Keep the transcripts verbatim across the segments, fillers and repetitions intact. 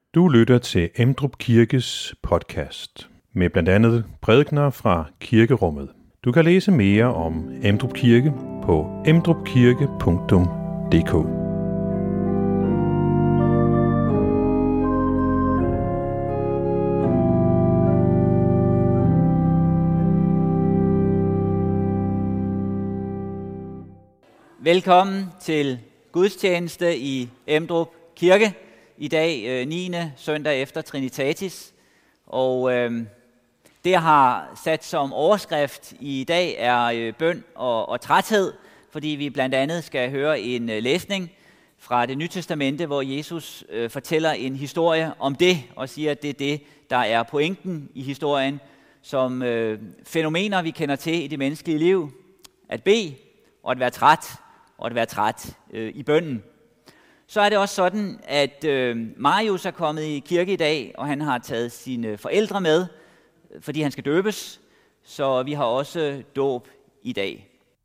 Du lytter til Emdrup Kirkes podcast med blandt andet prædikener fra kirkerummet. Du kan læse mere om Emdrup Kirke på emdrupkirke punktum d k. Velkommen til gudstjeneste i Emdrup Kirke. I dag øh, niende søndag efter Trinitatis, og øh, det jeg har sat som overskrift i dag er øh, bøn og, og træthed, fordi vi blandt andet skal høre en øh, læsning fra Det Nye Testamente, hvor Jesus øh, fortæller en historie om det, og siger, at det er det, der er pointen i historien, som øh, fænomener, vi kender til i det menneskelige liv, at bede og at være træt, og at være træt øh, i bønnen. Så er det også sådan, at øh, Marius er kommet i kirke i dag, og han har taget sine forældre med, fordi han skal døbes. Så vi har også dåb i dag.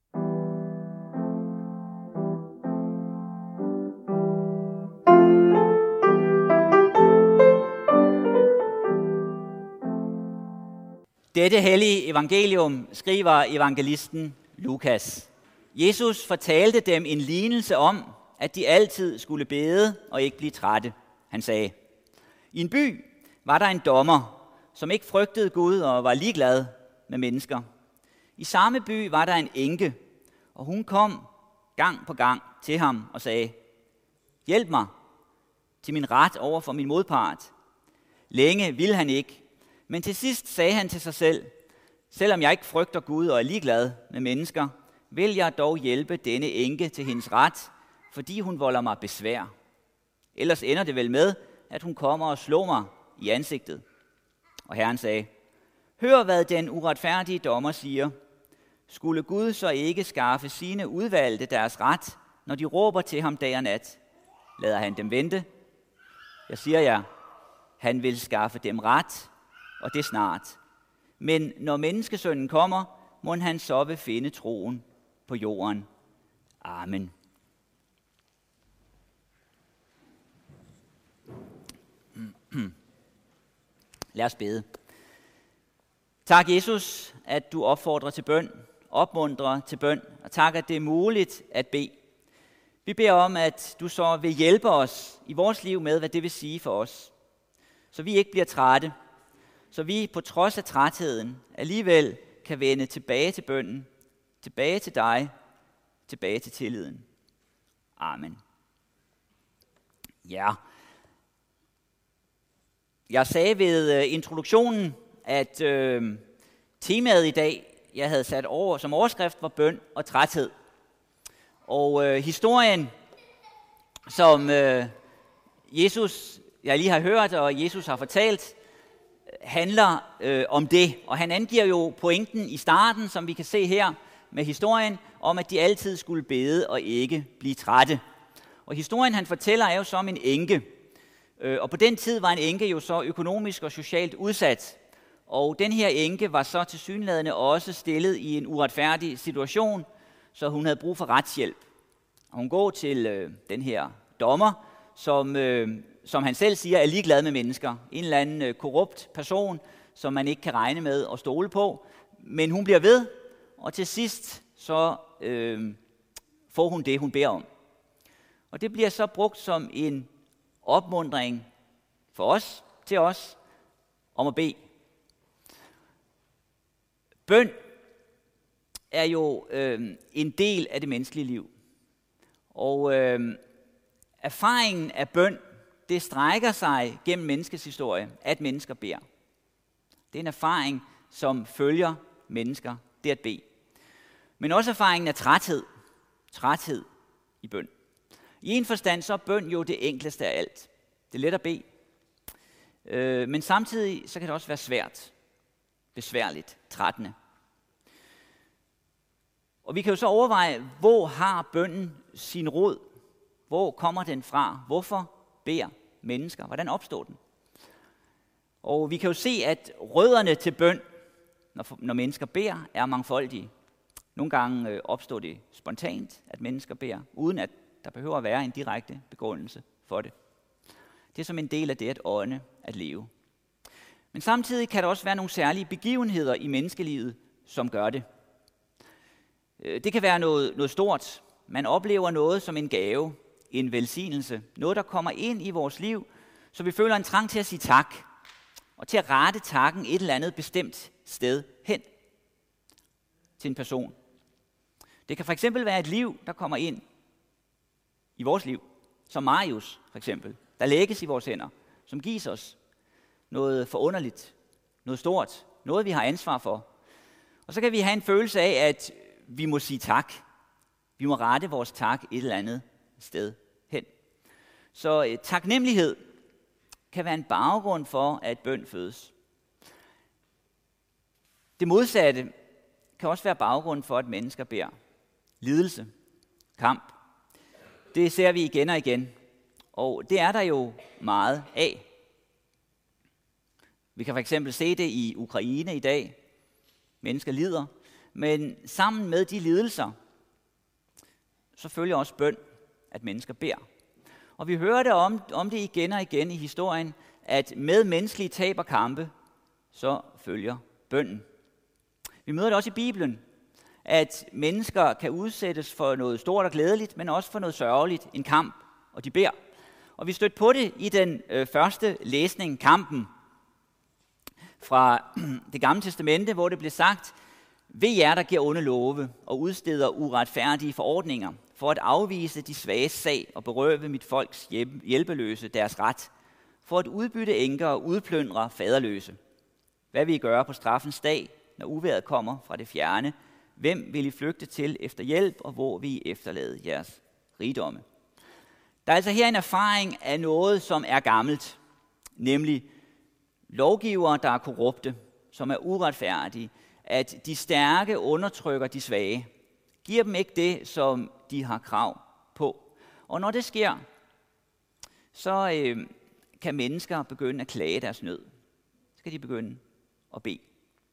Dette hellige evangelium skriver evangelisten Lukas. Jesus fortalte dem en lignelse om, at de altid skulle bede og ikke blive trætte. Han sagde, i en by var der en dommer, som ikke frygtede Gud og var ligeglad med mennesker. I samme by var der en enke, og hun kom gang på gang til ham og sagde, hjælp mig til min ret over for min modpart. Længe ville han ikke, men til sidst sagde han til sig selv, selvom jeg ikke frygter Gud og er ligeglad med mennesker, vil jeg dog hjælpe denne enke til hendes ret, fordi hun volder mig besvær. Ellers ender det vel med, at hun kommer og slår mig i ansigtet. Og Herren sagde, hør hvad den uretfærdige dommer siger. Skulle Gud så ikke skaffe sine udvalgte deres ret, når de råber til ham dag og nat? Lader han dem vente? Jeg siger jer, han vil skaffe dem ret, og det snart. Men når menneskesønnen kommer, må han så vil finde troen på jorden. Amen. Lad os bede. Tak, Jesus, at du opfordrer til bøn, opmuntrer til bøn, og tak, at det er muligt at bede. Vi beder om, at du så vil hjælpe os i vores liv med, hvad det vil sige for os, så vi ikke bliver trætte, så vi på trods af trætheden alligevel kan vende tilbage til bønnen, tilbage til dig, tilbage til tilliden. Amen. Ja. Jeg sagde ved introduktionen, at øh, temaet i dag, jeg havde sat over som overskrift, var bøn og træthed. Og øh, historien, som øh, Jesus, jeg lige har hørt, og Jesus har fortalt, handler øh, om det. Og han angiver jo pointen i starten, som vi kan se her med historien, om at de altid skulle bede og ikke blive trætte. Og historien, han fortæller, er jo som en enke. Og på den tid var en enke jo så økonomisk og socialt udsat. Og den her enke var så tilsyneladende også stillet i en uretfærdig situation, så hun havde brug for retshjælp. Og hun går til øh, den her dommer, som, øh, som han selv siger er ligeglad med mennesker. En eller anden øh, korrupt person, som man ikke kan regne med at stole på. Men hun bliver ved, og til sidst så øh, får hun det, hun beder om. Og det bliver så brugt som en opmuntring for os, til os, om at bede. Bøn er jo øh, en del af det menneskelige liv. Og øh, erfaringen af bøn, det strækker sig gennem menneskets historie, at mennesker beder. Det er en erfaring, som følger mennesker, det at bede. Men også erfaringen af træthed. Træthed i bøn. I en forstand så er bøn jo det enkleste af alt. Det er let at bede. Øh, men samtidig så kan det også være svært, besværligt, trættende. Og vi kan jo så overveje, hvor har bønnen sin rod? Hvor kommer den fra? Hvorfor beder mennesker? Hvordan opstår den? Og vi kan jo se, at rødderne til bøn, når, når mennesker beder, er mangfoldige. Nogle gange øh, opstår det spontant, at mennesker beder, uden at der behøver at være en direkte begrundelse for det. Det er som en del af det at ånde, at leve. Men samtidig kan der også være nogle særlige begivenheder i menneskelivet, som gør det. Det kan være noget, noget stort. Man oplever noget som en gave, en velsignelse. Noget, der kommer ind i vores liv, så vi føler en trang til at sige tak. Og til at rette takken et eller andet bestemt sted hen til en person. Det kan for eksempel være et liv, der kommer ind i vores liv. Som Marius for eksempel, der lægges i vores hænder. Som gives os noget forunderligt, noget stort, noget vi har ansvar for. Og så kan vi have en følelse af, at vi må sige tak. Vi må rette vores tak et eller andet sted hen. Så eh, taknemmelighed kan være en baggrund for, at bøn fødes. Det modsatte kan også være baggrund for, at mennesker beder. Lidelse, kamp. Det ser vi igen og igen. Og det er der jo meget af. Vi kan for eksempel se det i Ukraine i dag. Mennesker lider. Men sammen med de lidelser, så følger også bøn, at mennesker beder. Og vi hører det om, om det igen og igen i historien, at med menneskelige tab og kampe, så følger bønnen. Vi møder det også i Bibelen, at mennesker kan udsættes for noget stort og glædeligt, men også for noget sørgeligt, en kamp, og de beder. Og vi stødte på det i den øh, første læsning, kampen, fra det gamle testamente, hvor det blev sagt, ved jer, der giver onde love og udsteder uretfærdige forordninger, for at afvise de svage sag og berøve mit folks hjælpeløse deres ret, for at udbytte enker og udplyndre faderløse. Hvad vil I gøre på straffens dag, når uvejret kommer fra det fjerne? Hvem vil I flygte til efter hjælp, og hvor vil I efterlade jeres rigdomme? Der er altså her en erfaring af noget, som er gammelt, nemlig lovgivere, der er korrupte, som er uretfærdige, at de stærke undertrykker de svage, giver dem ikke det, som de har krav på. Og når det sker, så øh, kan mennesker begynde at klage deres nød. Så skal de begynde at bede.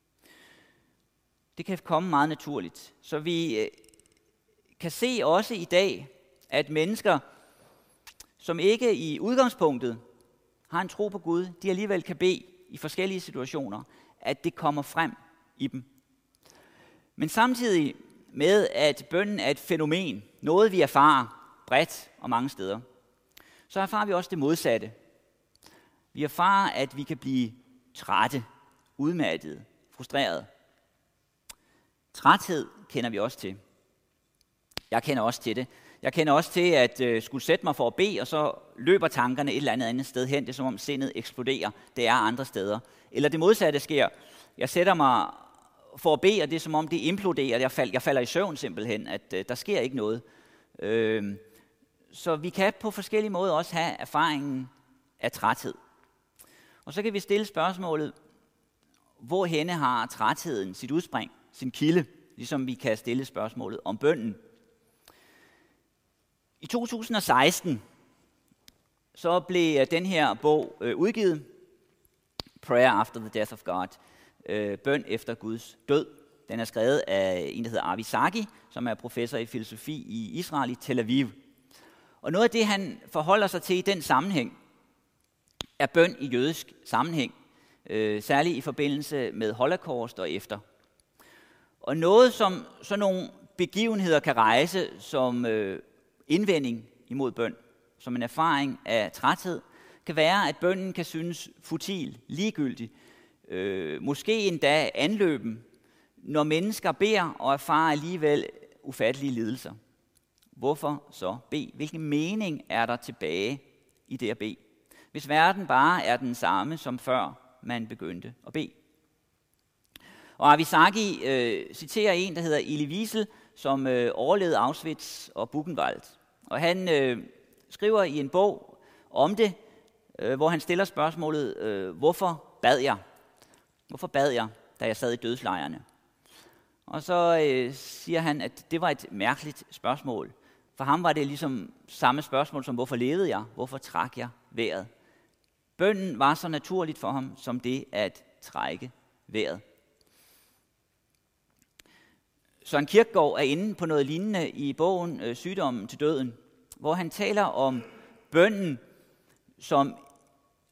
Det kan komme meget naturligt. Så vi øh, kan se også i dag, at mennesker, som ikke i udgangspunktet har en tro på Gud, de alligevel kan bede i forskellige situationer, at det kommer frem i dem. Men samtidig med, at bønnen er et fænomen, noget vi erfarer bredt og mange steder, så erfarer vi også det modsatte. Vi erfarer, at vi kan blive trætte, udmattede, frustrerede. Træthed kender vi også til. Jeg kender også til det. Jeg kender også til at øh, skulle sætte mig for at bede, og så løber tankerne et eller andet andet sted hen. Det er som om sindet eksploderer. Det er andre steder. Eller det modsatte sker. Jeg sætter mig for at bede, og det er som om det imploderer. Jeg, fald, jeg falder i søvn simpelthen, at øh, der sker ikke noget. Øh, så vi kan på forskellige måder også have erfaringen af træthed. Og så kan vi stille spørgsmålet, hvorhenne har trætheden sit udspring, sin kilde, ligesom vi kan stille spørgsmålet om bønnen. I to tusind og seksten så blev den her bog øh, udgivet, Prayer After the Death of God, øh, bøn efter Guds død. Den er skrevet af en, der hedder Avi Sagi, som er professor i filosofi i Israel i Tel Aviv. Og noget af det, han forholder sig til i den sammenhæng, er bøn i jødisk sammenhæng, øh, særligt i forbindelse med holocaust og efter. Og noget, som sådan nogle begivenheder kan rejse som øh, indvending imod bøn, som en erfaring af træthed, kan være, at bønnen kan synes futil, ligegyldig, øh, måske endda anløben, når mennesker beder og erfarer alligevel ufattelige lidelser. Hvorfor så bede? Hvilken mening er der tilbage i det at bede? Hvis verden bare er den samme som før man begyndte at bede. Og Avi Sagi øh, citerer en, der hedder Elie Wiesel, som øh, overlevede Auschwitz og Buchenwald. Og han øh, skriver i en bog om det, øh, hvor han stiller spørgsmålet, øh, hvorfor bad jeg? Hvorfor bad jeg, da jeg sad i dødslejrene? Og så øh, siger han, at det var et mærkeligt spørgsmål. For ham var det ligesom samme spørgsmål som, hvorfor levede jeg? Hvorfor trak jeg vejret? Bønnen var så naturligt for ham, som det at trække vejret. Søren Kierkegaard er inde på noget lignende i bogen Sygdommen til døden, hvor han taler om bønnen som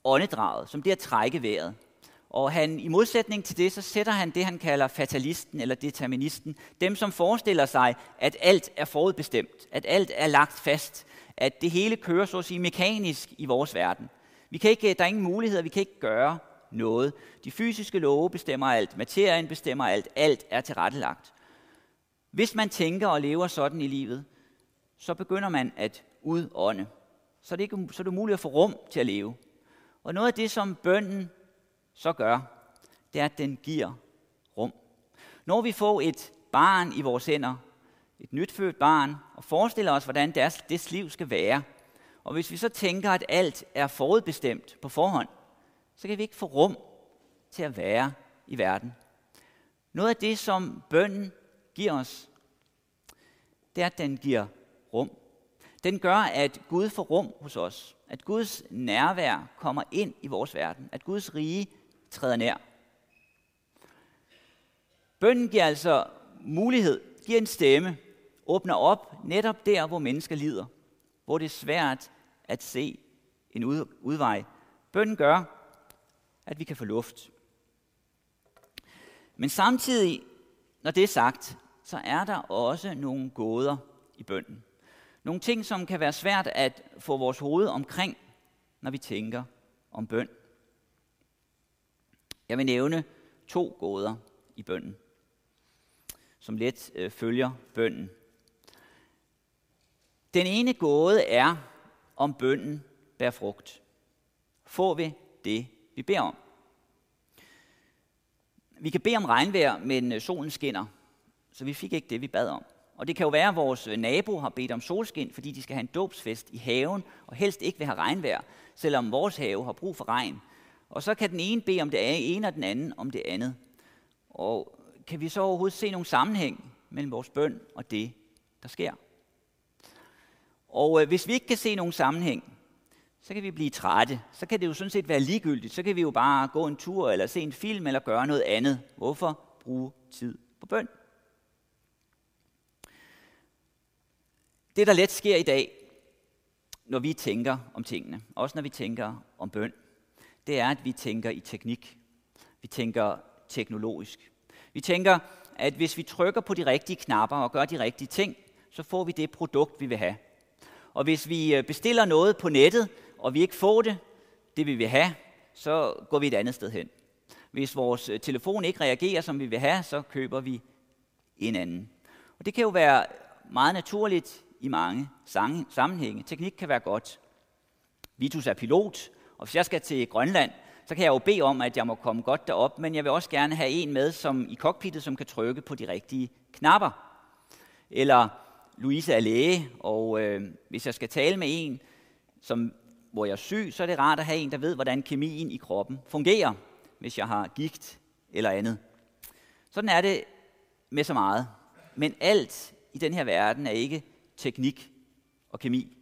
åndedraget, som det at trække vejret. Og han, i modsætning til det, så sætter han det, han kalder fatalisten eller deterministen. Dem, som forestiller sig, at alt er forudbestemt, at alt er lagt fast, at det hele kører så at sige mekanisk i vores verden. Vi kan ikke, der er ingen muligheder, vi kan ikke gøre noget. De fysiske love bestemmer alt, materien bestemmer alt, alt er tilrettelagt. Hvis man tænker og lever sådan i livet, så begynder man at udånde. Så er det, ikke, så er det muligt at få rum til at leve. Og noget af det, som bønnen så gør, det er, at den giver rum. Når vi får et barn i vores hænder, et nytfødt barn, og forestiller os, hvordan deres, dets liv skal være, og hvis vi så tænker, at alt er forudbestemt på forhånd, så kan vi ikke få rum til at være i verden. Noget af det, som bønnen giver os, det er, at den giver rum. Den gør, at Gud får rum hos os. At Guds nærvær kommer ind i vores verden. At Guds rige træder nær. Bønnen giver altså mulighed, giver en stemme, åbner op netop der, hvor mennesker lider. Hvor det er svært at se en udvej. Bønnen gør, at vi kan få luft. Men samtidig, når det er sagt, så er der også nogle gåder i bønnen. Nogle ting, som kan være svært at få vores hoved omkring, når vi tænker om bøn. Jeg vil nævne to gåder i bønnen, som let øh, følger bønnen. Den ene gåde er, om bønnen bærer frugt. Får vi det, vi beder om? Vi kan bede om regnvejr, men solen skinner, så vi fik ikke det, vi bad om. Og det kan jo være, at vores nabo har bedt om solskin, fordi de skal have en dåbsfest i haven, og helst ikke vil have regnvejr, selvom vores have har brug for regn. Og så kan den ene bede om det ene, og den anden om det andet. Og kan vi så overhovedet se nogen sammenhæng mellem vores bøn og det, der sker? Og øh, hvis vi ikke kan se nogen sammenhæng, så kan vi blive trætte. Så kan det jo sådan set være ligegyldigt. Så kan vi jo bare gå en tur, eller se en film, eller gøre noget andet. Hvorfor bruge tid på bøn? Det, der let sker i dag, når vi tænker om tingene, også når vi tænker om bøn, det er, at vi tænker i teknik. Vi tænker teknologisk. Vi tænker, at hvis vi trykker på de rigtige knapper og gør de rigtige ting, så får vi det produkt, vi vil have. Og hvis vi bestiller noget på nettet, og vi ikke får det, det vi vil have, så går vi et andet sted hen. Hvis vores telefon ikke reagerer, som vi vil have, så køber vi en anden. Og det kan jo være meget naturligt i mange sammenhænge. Teknik kan være godt. Vitus er pilot, og hvis jeg skal til Grønland, så kan jeg jo bede om, at jeg må komme godt derop, men jeg vil også gerne have en med som i cockpittet, som kan trykke på de rigtige knapper. Eller Louise er læge, og øh, hvis jeg skal tale med en, som, hvor jeg er syg, så er det rart at have en, der ved, hvordan kemien i kroppen fungerer, hvis jeg har gigt eller andet. Sådan er det med så meget. Men alt i den her verden er ikke teknik og kemi.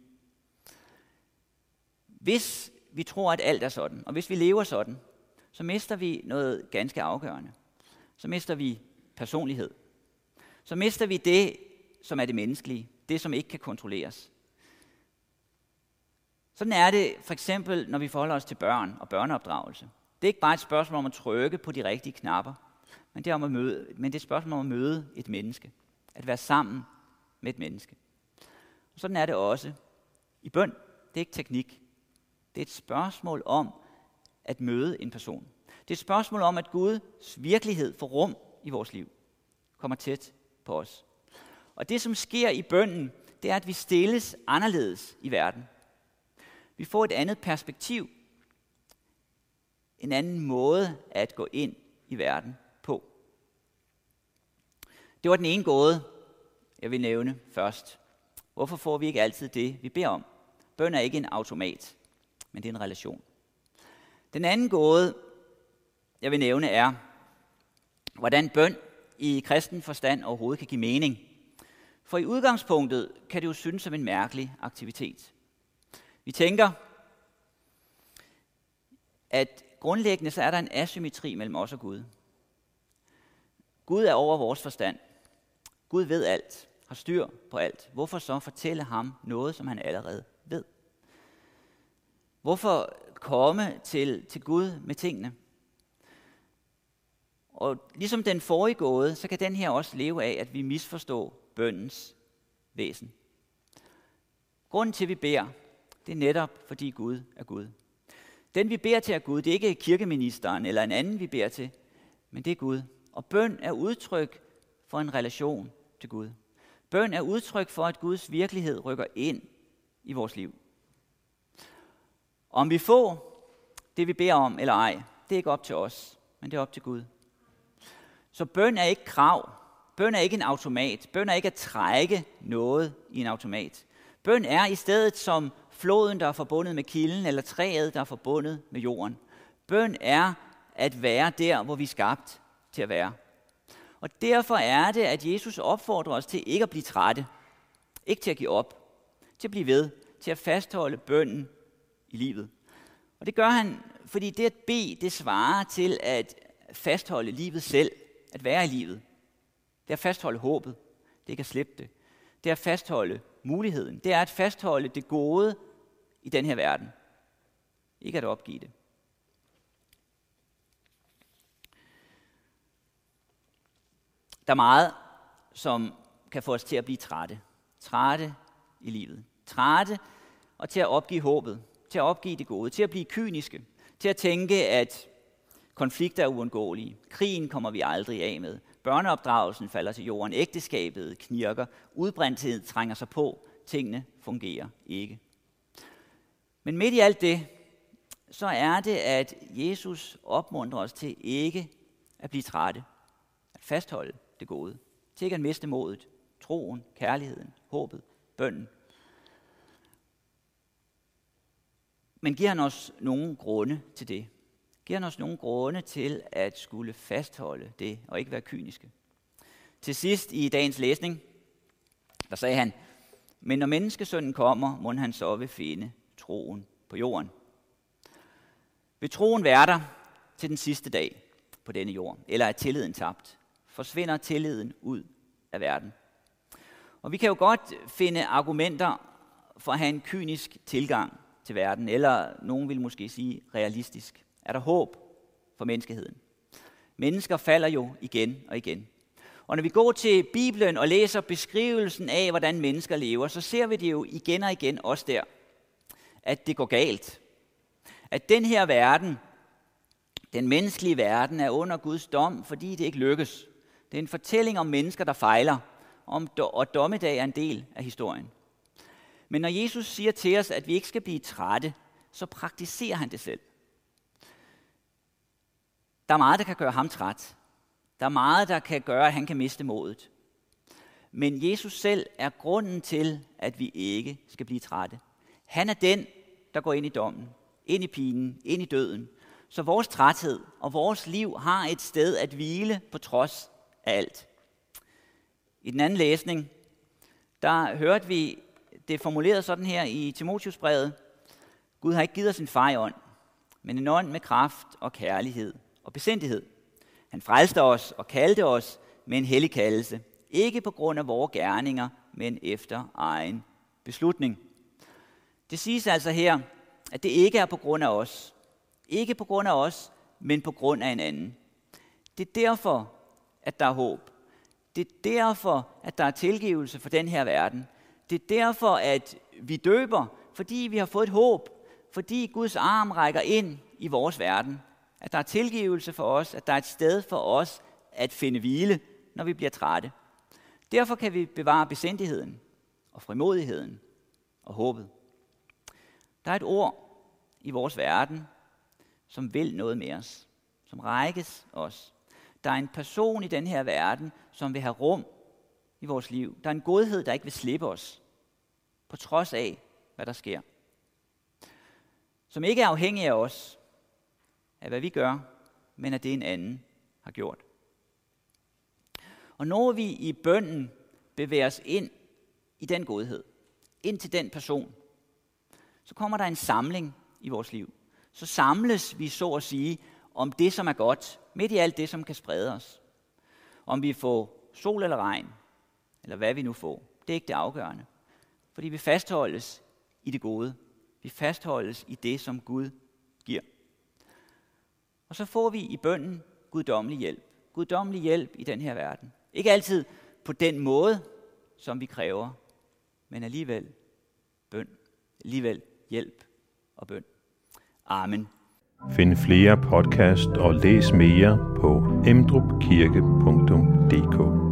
Hvis vi tror, at alt er sådan, og hvis vi lever sådan, så mister vi noget ganske afgørende. Så mister vi personlighed. Så mister vi det, som er det menneskelige, det, som ikke kan kontrolleres. Sådan er det for eksempel, når vi forholder os til børn og børneopdragelse. Det er ikke bare et spørgsmål om at trykke på de rigtige knapper, men det er, om at møde, men det er et spørgsmål om at møde et menneske. At være sammen med et menneske. Og sådan er det også i bøn. Det er ikke teknik. Det er et spørgsmål om at møde en person. Det er et spørgsmål om, at Guds virkelighed får rum i vores liv. Kommer tæt på os. Og det, som sker i bønnen, det er, at vi stilles anderledes i verden. Vi får et andet perspektiv. En anden måde at gå ind i verden på. Det var den ene gåde, jeg vil nævne først. Hvorfor får vi ikke altid det, vi beder om? Bøn er ikke en automat, men det er en relation. Den anden gåde, jeg vil nævne, er, hvordan bøn i kristen forstand overhovedet kan give mening. For i udgangspunktet kan det jo synes som en mærkelig aktivitet. Vi tænker, at grundlæggende så er der en asymmetri mellem os og Gud. Gud er over vores forstand. Gud ved alt, har styr på alt. Hvorfor så fortælle ham noget, som han allerede ved? Hvorfor komme til, til Gud med tingene. Og ligesom den forrige gåde, så kan den her også leve af, at vi misforstår bønnens væsen. Grunden til, at vi beder, det er netop, fordi Gud er Gud. Den, vi beder til, er Gud. Det er ikke kirkeministeren eller en anden, vi beder til, men det er Gud. Og bøn er udtryk for en relation til Gud. Bøn er udtryk for, at Guds virkelighed rykker ind i vores liv. Om vi får det, vi beder om eller ej, det er ikke op til os, men det er op til Gud. Så bøn er ikke krav. Bøn er ikke en automat. Bøn er ikke at trække noget i en automat. Bøn er i stedet som floden, der er forbundet med kilden, eller træet, der er forbundet med jorden. Bøn er at være der, hvor vi er skabt til at være. Og derfor er det, at Jesus opfordrer os til ikke at blive trætte, ikke til at give op, til at blive ved, til at fastholde bønnen i livet. Og det gør han, fordi det at bede, det svarer til at fastholde livet selv, at være i livet. Det er at fastholde håbet, det er ikke at slippe det. Det er at fastholde muligheden, det er at fastholde det gode i den her verden. Ikke at opgive det. Der er meget, som kan få os til at blive trætte. Trætte i livet. Trætte og til at opgive håbet. Til at opgive det gode. Til at blive kyniske. Til at tænke, at konflikter er uundgåelige. Krigen kommer vi aldrig af med. Børneopdragelsen falder til jorden. Ægteskabet knirker. Udbrændthed trænger sig på. Tingene fungerer ikke. Men midt i alt det, så er det, at Jesus opmuntrer os til ikke at blive trætte. At fastholde det gode. Til ikke at miste modet. Troen, kærligheden, håbet, bønnen. Men giver han os nogle grunde til det? Giver han os nogle grunde til at skulle fastholde det og ikke være kyniske? Til sidst i dagens læsning, der sagde han, men når menneskesønnen kommer, må han så vil finde troen på jorden. Vil troen være der til den sidste dag på denne jord, eller er tilliden tabt? Forsvinder tilliden ud af verden? Og vi kan jo godt finde argumenter for at have en kynisk tilgang til verden, eller nogen vil måske sige realistisk. Er der håb for menneskeheden? Mennesker falder jo igen og igen. Og når vi går til Bibelen og læser beskrivelsen af, hvordan mennesker lever, så ser vi det jo igen og igen også der, at det går galt. At den her verden, den menneskelige verden, er under Guds dom, fordi det ikke lykkes. Det er en fortælling om mennesker, der fejler, om, og dommedag er en del af historien. Men når Jesus siger til os, at vi ikke skal blive trætte, så praktiserer han det selv. Der er meget, der kan gøre ham træt. Der er meget, der kan gøre, at han kan miste modet. Men Jesus selv er grunden til, at vi ikke skal blive trætte. Han er den, der går ind i dommen, ind i pinen, ind i døden. Så vores træthed og vores liv har et sted at hvile på trods af alt. I den anden læsning, der hørte vi det formuleret sådan her i Timotheusbrevet. Gud har ikke givet os en fejånd, men en ånd med kraft og kærlighed og besindighed. Han frelste os og kaldte os med en hellig kaldelse. Ikke på grund af vores gerninger, men efter egen beslutning. Det siges altså her, at det ikke er på grund af os. Ikke på grund af os, men på grund af en anden. Det er derfor, at der er håb. Det er derfor, at der er tilgivelse for den her verden. Det er derfor, at vi døber, fordi vi har fået et håb. Fordi Guds arm rækker ind i vores verden. At der er tilgivelse for os, at der er et sted for os at finde hvile, når vi bliver trætte. Derfor kan vi bevare besindigheden og frimodigheden og håbet. Der er et ord i vores verden, som vil noget med os, som rækkes os. Der er en person i den her verden, som vil have rum i vores liv. Der er en godhed, der ikke vil slippe os, på trods af, hvad der sker. Som ikke er afhængig af os, af hvad vi gør, men af det en anden har gjort. Og når vi i bønnen bevæger os ind i den godhed, ind til den person, så kommer der en samling i vores liv. Så samles vi så at sige om det, som er godt, midt i alt det, som kan sprede os. Om vi får sol eller regn, eller hvad vi nu får, det er ikke det afgørende. Fordi vi fastholdes i det gode. Vi fastholdes i det, som Gud giver. Og så får vi i bønnen guddommelig hjælp. Guddommelig hjælp i den her verden. Ikke altid på den måde, som vi kræver, men alligevel bøn. Alligevel hjælp og bøn. Amen. Find flere podcast og læs mere på emdrupkirke punktum d k.